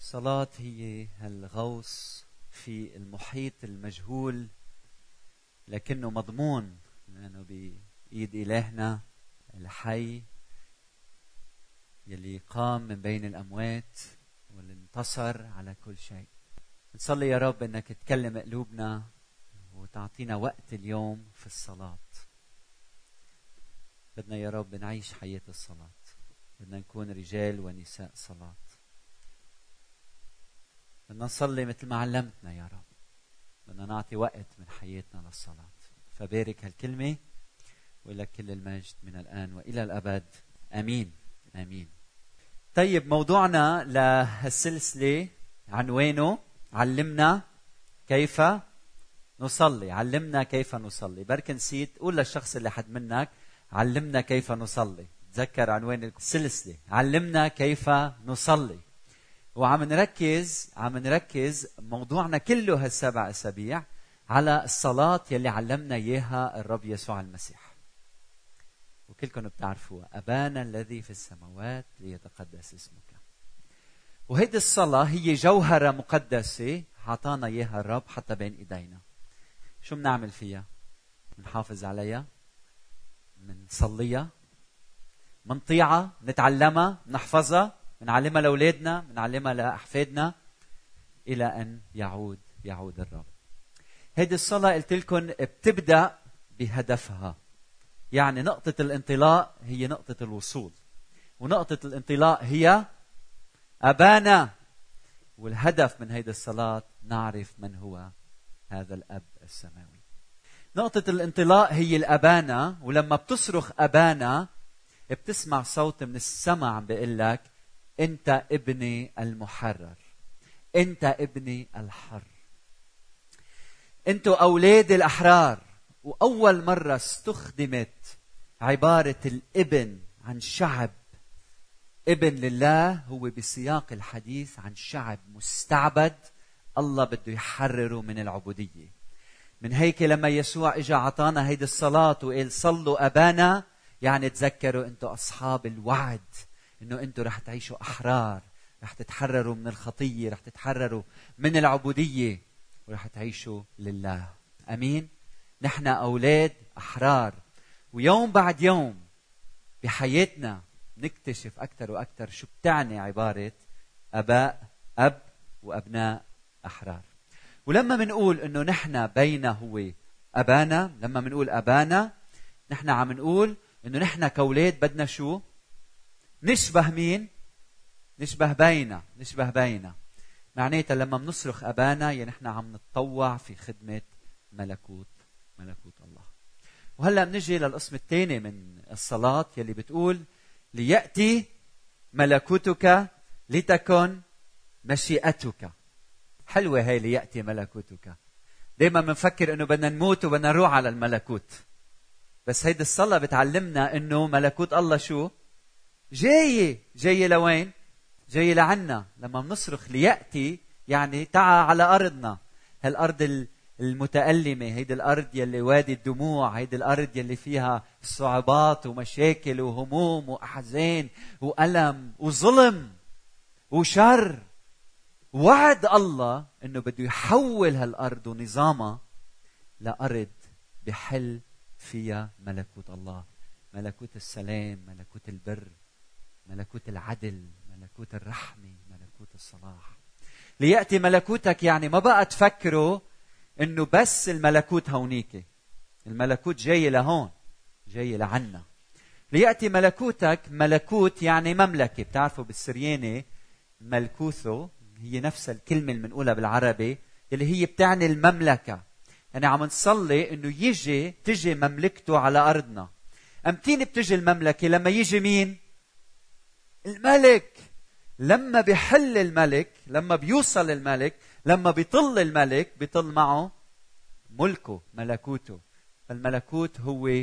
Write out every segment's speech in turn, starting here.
الصلاة هي الغوص في المحيط المجهول لكنه مضمون لأنه بإيد إلهنا الحي يلي قام من بين الأموات واللي انتصر على كل شيء. نصلي يا رب أنك تكلم قلوبنا وتعطينا وقت اليوم في الصلاة. بدنا يا رب نعيش حياة الصلاة، بدنا نكون رجال ونساء صلاة، بدنا نصلي مثل ما علمتنا يا رب، بدنا نعطي وقت من حياتنا للصلاة. فبارك هالكلمة ولك كل المجد من الآن وإلى الأبد، آمين آمين. طيب، موضوعنا لهالسلسلة عنوانه علمنا كيف نصلي. علمنا كيف نصلي. بركي نسيت قول للشخص اللي حد منك علمنا كيف نصلي. تذكر عنوان السلسلة علمنا كيف نصلي. وعم نركز موضوعنا كله هالسبع أسابيع على الصلاة يلي علمنا إياها الرب يسوع المسيح، وكلكم بتعرفوها: أبانا الذي في السماوات ليتقدس اسمك. وهيدي الصلاة هي جوهرة مقدسة عطانا إياها الرب حتى بين إيدينا. شو بنعمل فيها؟ بنحافظ عليها، بنصليها، بنطيعها، بنتعلمها، بنحفظها، بنعلمها لأولادنا، بنعلمها لأحفادنا إلى أن يعود الرب. هيدي الصلاة قلت لكم بتبدأ بهدفها، يعني نقطة الانطلاق هي نقطة الوصول، ونقطة الانطلاق هي أبانا. والهدف من هيدي الصلاة نعرف من هو هذا الأب السماوي. نقطة الانطلاق هي الأبانا، ولما بتصرخ أبانا بتسمع صوت من السماء عم بيقول لك: أنت ابني المحرر، أنت ابني الحر، أنتوا أولاد الأحرار. وأول مرة استخدمت عبارة الابن عن شعب، ابن لله، هو بسياق الحديث عن شعب مستعبد الله بده يحرره من العبودية. من هيك لما يسوع اجى عطانا هيدي الصلاة وقال صلوا أبانا، يعني تذكروا أنتوا أصحاب الوعد، أنه أنتوا رح تعيشوا أحرار، رح تتحرروا من الخطية، رح تتحرروا من العبودية، ورح تعيشوا لله. أمين. نحن أولاد أحرار، ويوم بعد يوم بحياتنا نكتشف أكثر وأكثر شو بتعني عبارة أب وأبناء أحرار. ولما منقول إنه نحن بينه هو أبانا، لما منقول أبانا نحن عم نقول إنه نحن كأولاد بدنا شو؟ نشبه مين؟ نشبه بينا. معناتها لما بنصرخ أبانا يعني نحن عم نتطوع في خدمة ملكوت الله. وهلأ بنجي للقسم الثاني من الصلاة يلي بتقول: ليأتي ملكوتك لتكن مشيئتك. حلوة هاي ليأتي ملكوتك. دايما بنفكر انه بدنا نموت وبدنا نروح على الملكوت، بس هيدي الصلاة بتعلمنا انه ملكوت الله شو؟ جاي لوين؟ جاي لعنا. لما بنصرخ ليأتي يعني تعا على أرضنا، هالأرض المتألمة، هيدي الأرض يلي وادي الدموع، هيدي الأرض يلي فيها صعوبات ومشاكل وهموم وأحزان وألم وظلم وشر. وعد الله انه بده يحول هالارض ونظامها لارض بحل فيها ملكوت الله، ملكوت السلام، ملكوت البر، ملكوت العدل، ملكوت الرحمه، ملكوت الصلاح. ليأتي ملكوتك يعني ما بقى تفكروا انه بس الملكوت هونيك، الملكوت جاي لهون، جاي لعنا. ليأتي ملكوتك، ملكوت يعني مملكه. بتعرفوا بالسرياني ملكوثو هي نفس الكلمة اللي بنقولها بالعربي اللي هي بتعني المملكة. يعني عم نصلي انه تجي مملكته على ارضنا. امتين بتجي المملكة؟ لما يجي مين؟ الملك. لما بيحل الملك، لما بيوصل الملك، لما بيطل الملك، بيطل معه ملكه، ملكوته. فالملكوت هو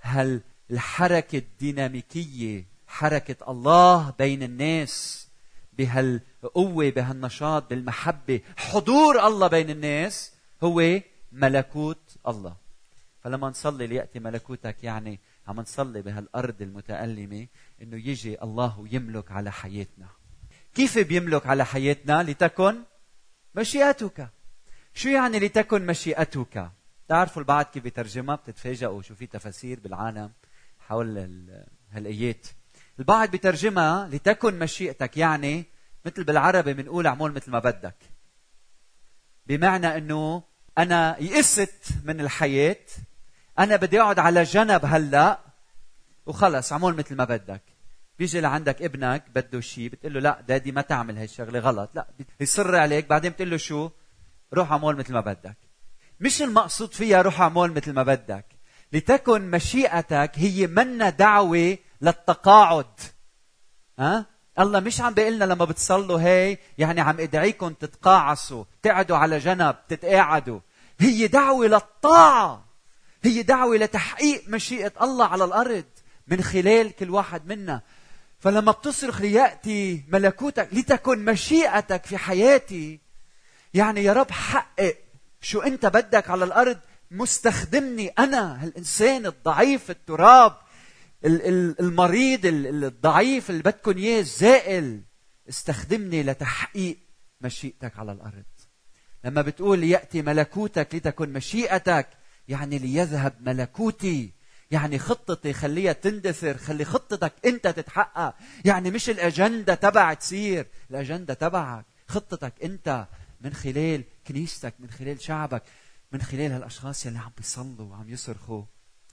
الحركة الديناميكية، حركة الله بين الناس بهالقوة، بهالنشاط، بالمحبة، حضور الله بين الناس هو ملكوت الله. فلما نصلي ليأتي ملكوتك يعني عم نصلي بهالأرض المتألمة إنه يجي الله ويملك على حياتنا. كيف بيملك على حياتنا؟ لتكن مشيئتك. شو يعني لتكن مشيئتك؟ تعرفوا البعض كيف بيترجمها؟ بتتفاجئوا شو في تفاسير بالعالم حول هالآيات. البعض بيترجمها لتكن مشيئتك، يعني مثل بالعربي بنقول اعمل مثل ما بدك. بمعنى انه انا يئست من الحياة، انا بدي اقعد على جنب هلا وخلص اعمل مثل ما بدك. بيجي لعندك ابنك بده شيء، بتقول له لا دادي ما تعمل هالشغله غلط، لا يصر عليك، بعدين بتقول له شو؟ روح اعمل مثل ما بدك. مش المقصود فيها روح اعمل مثل ما بدك. لتكن مشيئتك هي منا دعوه للتقاعد. الله مش عم بيقلنا لما بتصلوا هي يعني عم ادعيكم تتقاعسوا، تقعدوا على جنب، تتقاعدوا. هي دعوه للطاعه، هي دعوه لتحقيق مشيئه الله على الارض من خلال كل واحد منا. فلما بتصرخ ليأتي ملكوتك، لتكن مشيئتك في حياتي، يعني يا رب حقق شو أنت بدك على الأرض، مستخدمني أنا هالإنسان الضعيف التراب المريض الضعيف اللي بدكن إياه الزائل. استخدمني لتحقيق مشيئتك على الأرض. لما بتقول ليأتي ملكوتك لتكن مشيئتك، يعني ليذهب ملكوتي، يعني خطتي خليها تندثر، خلي خطتك انت تتحقق. يعني مش الاجنده تبع تصير، الاجنده تبعك، خطتك انت، من خلال كنيستك، من خلال شعبك، من خلال هالاشخاص اللي عم بيصلوا وعم يصرخوا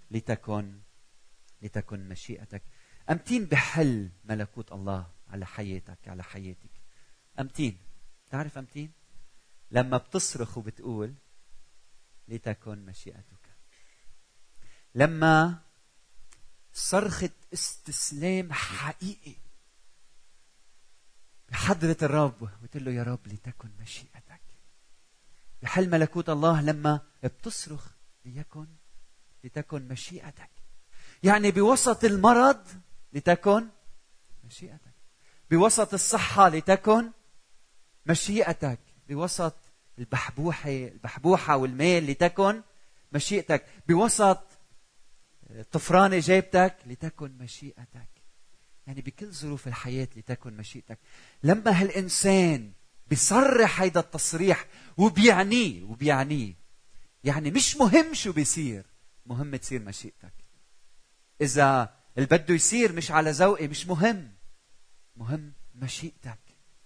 لتكن مشيئتك. امتين بحل ملكوت الله على حياتك، على حياتك. امتين، تعرف امتين لما بتصرخ وبتقول لتكن مشيئتك، لما صرخة استسلام حقيقي بحضرة الرب وتقول له يا رب لتكن مشيئتك. بحل ملكوت الله لما بتصرخ لتكن مشيئتك، يعني بوسط المرض لتكن مشيئتك، بوسط الصحة لتكن مشيئتك، بوسط البحبوحة والمال لتكن مشيئتك، بوسط طفران جيبتك لتكن مشيئتك. يعني بكل ظروف الحياة لتكن مشيئتك. لما هالإنسان بيصرح هيدا التصريح وبيعنيه، يعني مش مهم شو بيصير، مهم تصير مشيئتك. إذا اللي بده يصير مش على ذوقي مش مهم، مهم مشيئتك.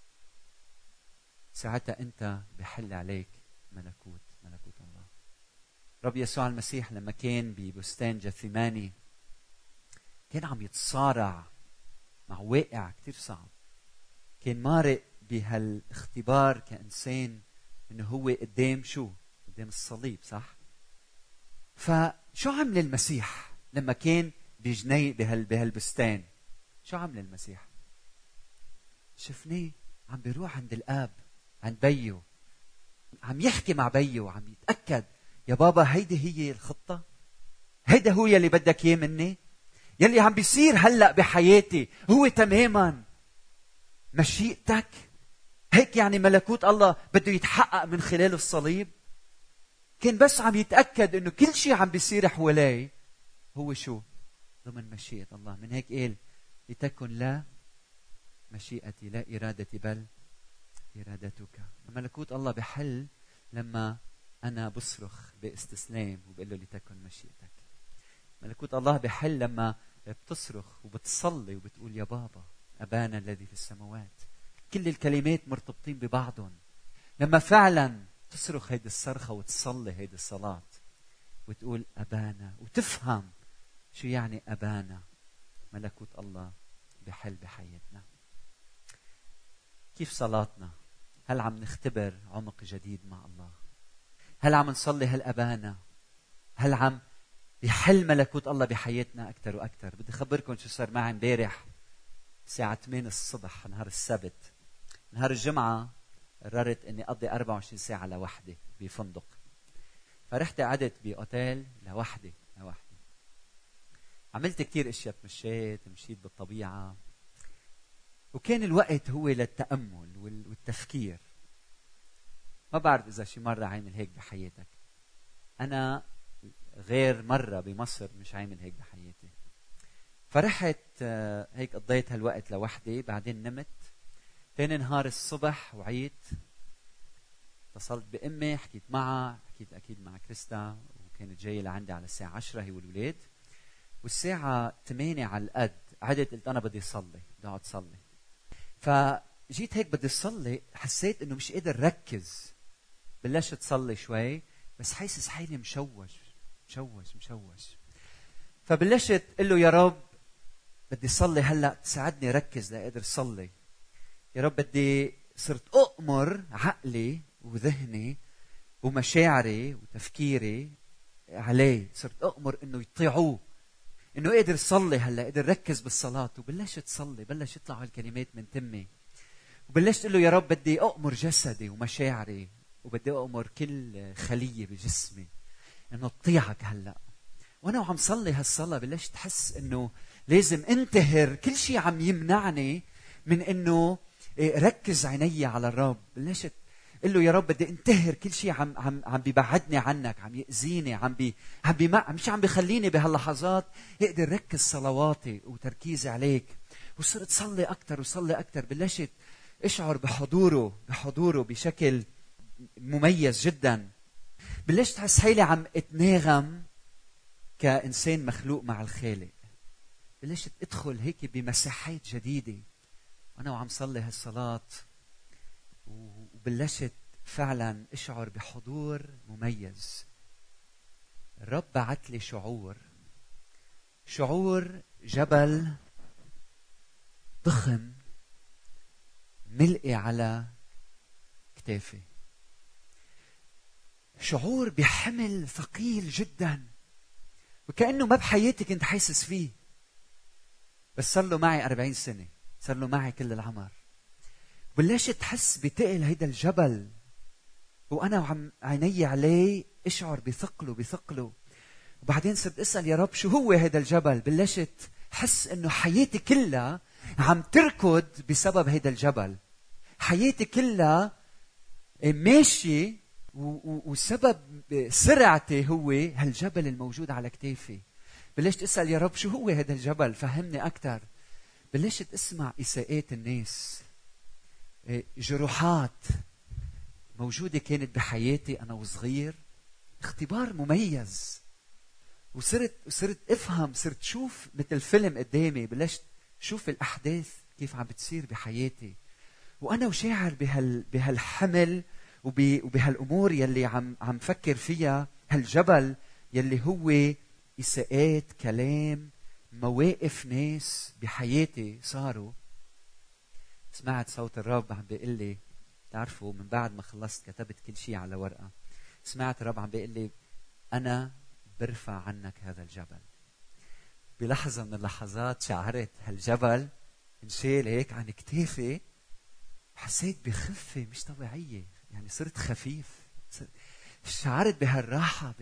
ساعتها أنت بحل عليك ملكوت الله. رب يسوع المسيح لما كان ببستان جثيماني كان عم يتصارع مع واقع كتير صعب، كان مارق بهالاختبار كإنسان إنه هو قدام شو؟ قدام الصليب، صح؟ فشو عمل المسيح لما كان بجني بهالبستان؟ شو عمل المسيح؟ شفناه عم بيروح عند الآب، عند بيو، عم يحكي مع بيو وعم يتأكد يا بابا هيدي هي الخطة، هيدا هو يلي بدك اياه مني، يلي عم بيصير هلأ بحياتي هو تماما مشيئتك. هيك يعني ملكوت الله بده يتحقق من خلال الصليب. كان بس عم يتأكد انه كل شيء عم بيصير حوالي هو شو؟ ضمن مشيئة الله. من هيك قال لتكن لا مشيئتي لا إرادتي بل إرادتك. ملكوت الله بحل لما أنا بصرخ باستسلام وبقول له لتكن مشيئتك. ملكوت الله بحل لما بتصرخ وبتصلي وبتقول يا بابا أبانا الذي في السماوات. كل الكلمات مرتبطين ببعضهم. لما فعلا تصرخ هيدي الصرخة وتصلي هيدي الصلاة وتقول أبانا وتفهم شو يعني أبانا، ملكوت الله بحل بحياتنا. كيف صلاتنا؟ هل عم نختبر عمق جديد مع الله؟ هل عم نصلي هالأبانا؟ هل عم بحل ملكوت الله بحياتنا أكثر وأكثر؟ بدي أخبركم شو صار معي امبارح الساعة 8 الصبح نهار السبت. نهار الجمعة قررت أني أقضي 24 ساعة لوحدي بفندق، فرحت قعدت بأوتيل لوحدي. عملت كتير اشياء، مشيت بالطبيعة، وكان الوقت هو للتأمل والتفكير. ما بعرف إذا شي مرة عامل هيك بحياتك. أنا غير مرة بمصر مش عامل هيك بحياتي. فرحت هيك قضيت هالوقت لوحدي، بعدين نمت. تاني نهار الصبح وعيت، اتصلت بأمي، حكيت معها، حكيت أكيد مع كريستا، وكانت جاية لعندي على الساعة 10 هي والولاد. والساعة 8 على القد عدت، قلت أنا بدي أصلي، بدي أقعد أصلي. فجيت هيك بدي أصلي، حسيت إنه مش قادر ركز. بلشت أصلي شوي بس حاسس حالي مشوش. فبلشت قل له يا رب بدي أصلي هلأ، تساعدني ركز لأقدر أصلي. يا رب بدي، صرت أؤمر عقلي وذهني ومشاعري وتفكيري عليه، صرت أؤمر إنه يطيعوه، إنه قادر صلي هلا، قادر ركز بالصلاة. وبلشت صلي، بلش يطلعوا الكلمات من تمي، وبلشت أقول له يا رب بدي أؤمر جسدي ومشاعري، وبدي أؤمر كل خلية بجسمي إنه تطيعك هلا. وأنا وعم صلي هالصلاة بلشت أحس إنه لازم انتهر كل شيء عم يمنعني من إنه ركز عيني على الرب. بلشت قل له يا رب بدي انتهر كل شيء عم بيبعدني عنك، عم يأذيني، مش عم بيخليني بهاللحظات اقدر ركز صلواتي وتركيزي عليك. وصرت صلي اكثر وصلي اكثر، بلشت اشعر بحضوره بشكل مميز جدا. بلشت احس حالي عم اتناغم كإنسان مخلوق مع الخالق. بلشت ادخل هيك بمساحات جديدة وانا وعم صلي هالصلاة، وبلشت فعلا اشعر بحضور مميز. الرب بعت لي شعور جبل ضخم ملقي على كتافي، شعور بحمل ثقيل جدا، وكأنه ما بحياتي كنت حاسس فيه، بس صار له معي 40 سنة، صار له معي كل العمر. بلشت أحس بتقل هيدا الجبل، وأنا وعم عيني عليه اشعر بثقله. وبعدين صرت أسأل يا رب شو هو هيدا الجبل. بلشت حس إنه حياتي كلها عم تركض بسبب هيدا الجبل، حياتي كلها ماشي وسبب سرعتي هو هالجبل الموجود على كتافي. بلشت أسأل يا رب شو هو هيدا الجبل، فهمني أكتر. بلشت أسمع إساءات الناس، جروحات موجودة كانت بحياتي أنا وصغير، اختبار مميز. وصرت أفهم، صرت شوف مثل فيلم قدامي، بلشت شوف الأحداث كيف عم بتصير بحياتي، وأنا وشاعر بهالحمل وبهالأمور يلي عم فكر فيها، هالجبل يلي هو إساءات كلام مواقف ناس بحياتي صاروا. سمعت صوت الرب عم بيقول لي، تعرفوا من بعد ما خلصت كتبت كل شيء على ورقة، سمعت الرب عم بيقول لي أنا برفع عنك هذا الجبل. بلحظة من اللحظات شعرت هالجبل انشال هيك عن كتافي، حسيت بخفة مش طبيعية، يعني صرت خفيف، شعرت بهالراحة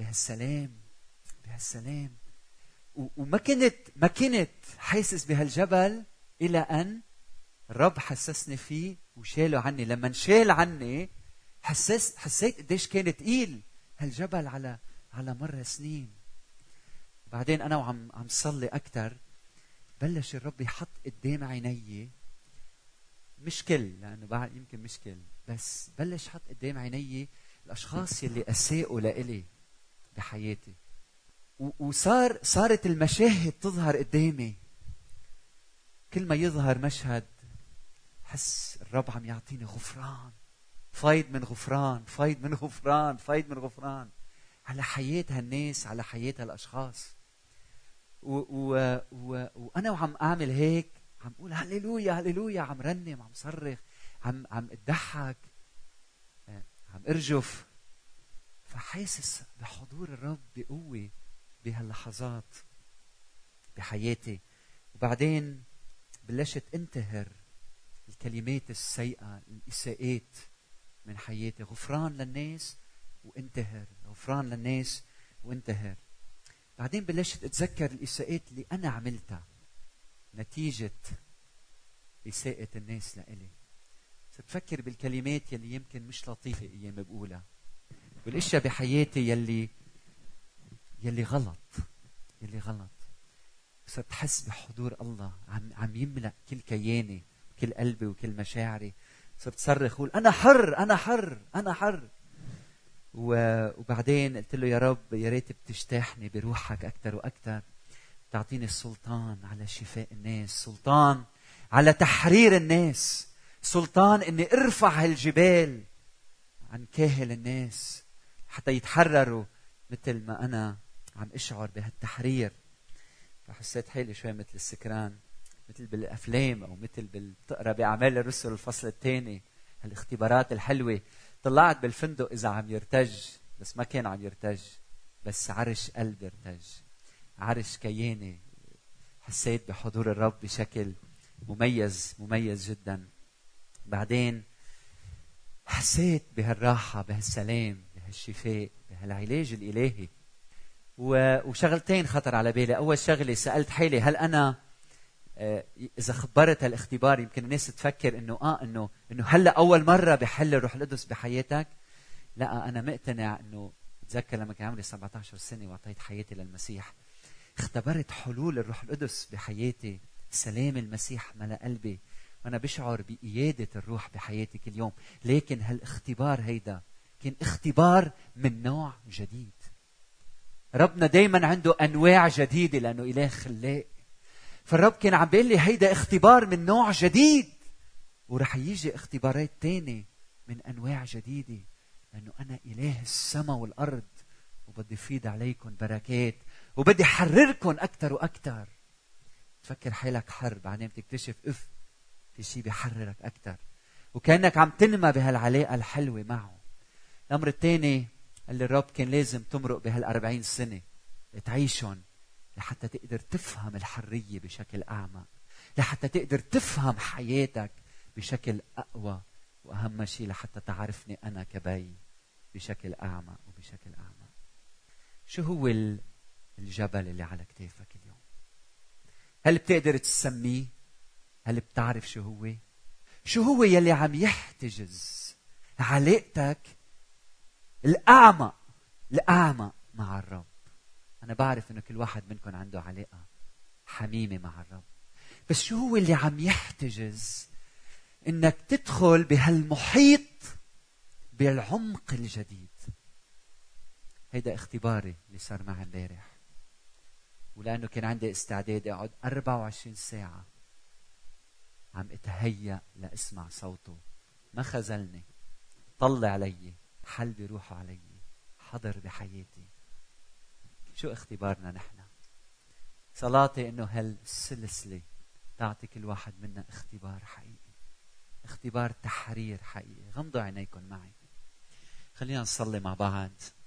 بهالسلام. وما كنت حاسس بهالجبل إلى أن الرب حسسني فيه وشاله عني. لما انشال عني حسيت قديش كان تقيل هالجبل على مر سنين. بعدين أنا وعم صلي أكتر، بلش الرب يحط قدام عيني، مش كل، لأنه بعد يمكن مش كل، بس بلش يحط قدام عيني الأشخاص يلي أساءوا لإلي بحياتي. صارت المشاهد تظهر قدامي. كل ما يظهر مشهد حس الرب عم يعطيني غفران، فايض من غفران على حياة هالناس، على حياة هالأشخاص. وأنا وعم أعمل هيك عم أقول هللويا، عم رنم، عم صرخ، عم أضحك، عم أرجف. فحاسس بحضور الرب بقوة بهاللحظات بحياتي. وبعدين بلشت انتهر الكلمات السيئة، الإساءات من حياتي، غفران للناس وانتهر. بعدين بلشت اتذكر الإساءات اللي أنا عملتها نتيجة إساءة الناس لإلي. صرت أفكر بالكلمات يلي يمكن مش لطيفة أيام بقولها، والأشياء بحياتي يلي غلط. صرت أحس بحضور الله عم يملأ كل كياني، كل قلبي وكل مشاعري. صرت صرخ اقول انا حر انا حر انا حر. وبعدين قلت له يا رب يا ريت بتجتاحني بروحك اكثر واكثر، تعطيني السلطان على شفاء الناس، سلطان على تحرير الناس، سلطان اني ارفع هالجبال عن كاهل الناس حتى يتحرروا مثل ما انا عم اشعر بهالتحرير. فحسيت حالي شوي مثل السكران، مثل بالافلام او مثل بتقرا باعمال الرسل الفصل الثاني هالاختبارات الحلوه. طلعت بالفندق اذا عم يرتج، بس ما كان عم يرتج، بس عرش قلبي ارتج، عرش كياني. حسيت بحضور الرب بشكل مميز مميز جدا. بعدين حسيت بهالراحه بهالسلام بهالشفاء بهالعلاج الالهي. وشغلتين خطر على بالي. اول شغله سالت حالي هل انا اذا خبرت هالاختبار يمكن الناس تفكر انه هلا اول مره بحل الروح القدس بحياتك. لا، انا مقتنع انه بتذكر لما كان عمري 17 سنه واعطيت حياتي للمسيح اختبرت حلول الروح القدس بحياتي، سلام المسيح ملأ قلبي، وانا بشعر بإيادة الروح بحياتي كل يوم. لكن هالاختبار هيدا كان اختبار من نوع جديد. ربنا دايما عنده انواع جديده لانه اله خلاق. فالرب كان عم بيقول لي هيدا اختبار من نوع جديد، ورح يجي اختبارات تانية من انواع جديده، لانه انا اله السماء والارض وبدي فيض عليكم بركات وبدي حرركم اكثر واكثر. تفكر حالك حر بعدين بتكتشف في شيء بيحررك اكثر، وكانك عم تنمى بهالعلاقه الحلوه معه. الامر الثاني اللي الرب كان لازم تمرق بهال40 سنه تعيشهم لحتى تقدر تفهم الحريه بشكل اعمق، لحتى تقدر تفهم حياتك بشكل اقوى، واهم شيء لحتى تعرفني انا كبي بشكل اعمق وبشكل اعمق. شو هو الجبل اللي على كتافك اليوم؟ هل بتقدر تسميه؟ هل بتعرف شو هو؟ شو هو يلي عم يحتجز علاقتك الأعمق مع الرب؟ أنا بعرف إنه كل واحد منكم عنده علاقة حميمة مع الرب، بس شو هو اللي عم يحتجز إنك تدخل بهالمحيط بالعمق الجديد؟ هيدا اختباري اللي صار معي امبارح، ولأنه كان عندي استعداد أقعد 24 ساعة عم اتهيأ لأسمع صوته، ما خذلني، طلع علي، حل بروحه علي، حضر بحياتي. شو اختبارنا نحن؟ صلاتي انه هالسلسلة تعطي كل واحد منا اختبار حقيقي، اختبار تحرير حقيقي. غمضوا عينيكم معي، خلينا نصلي مع بعض.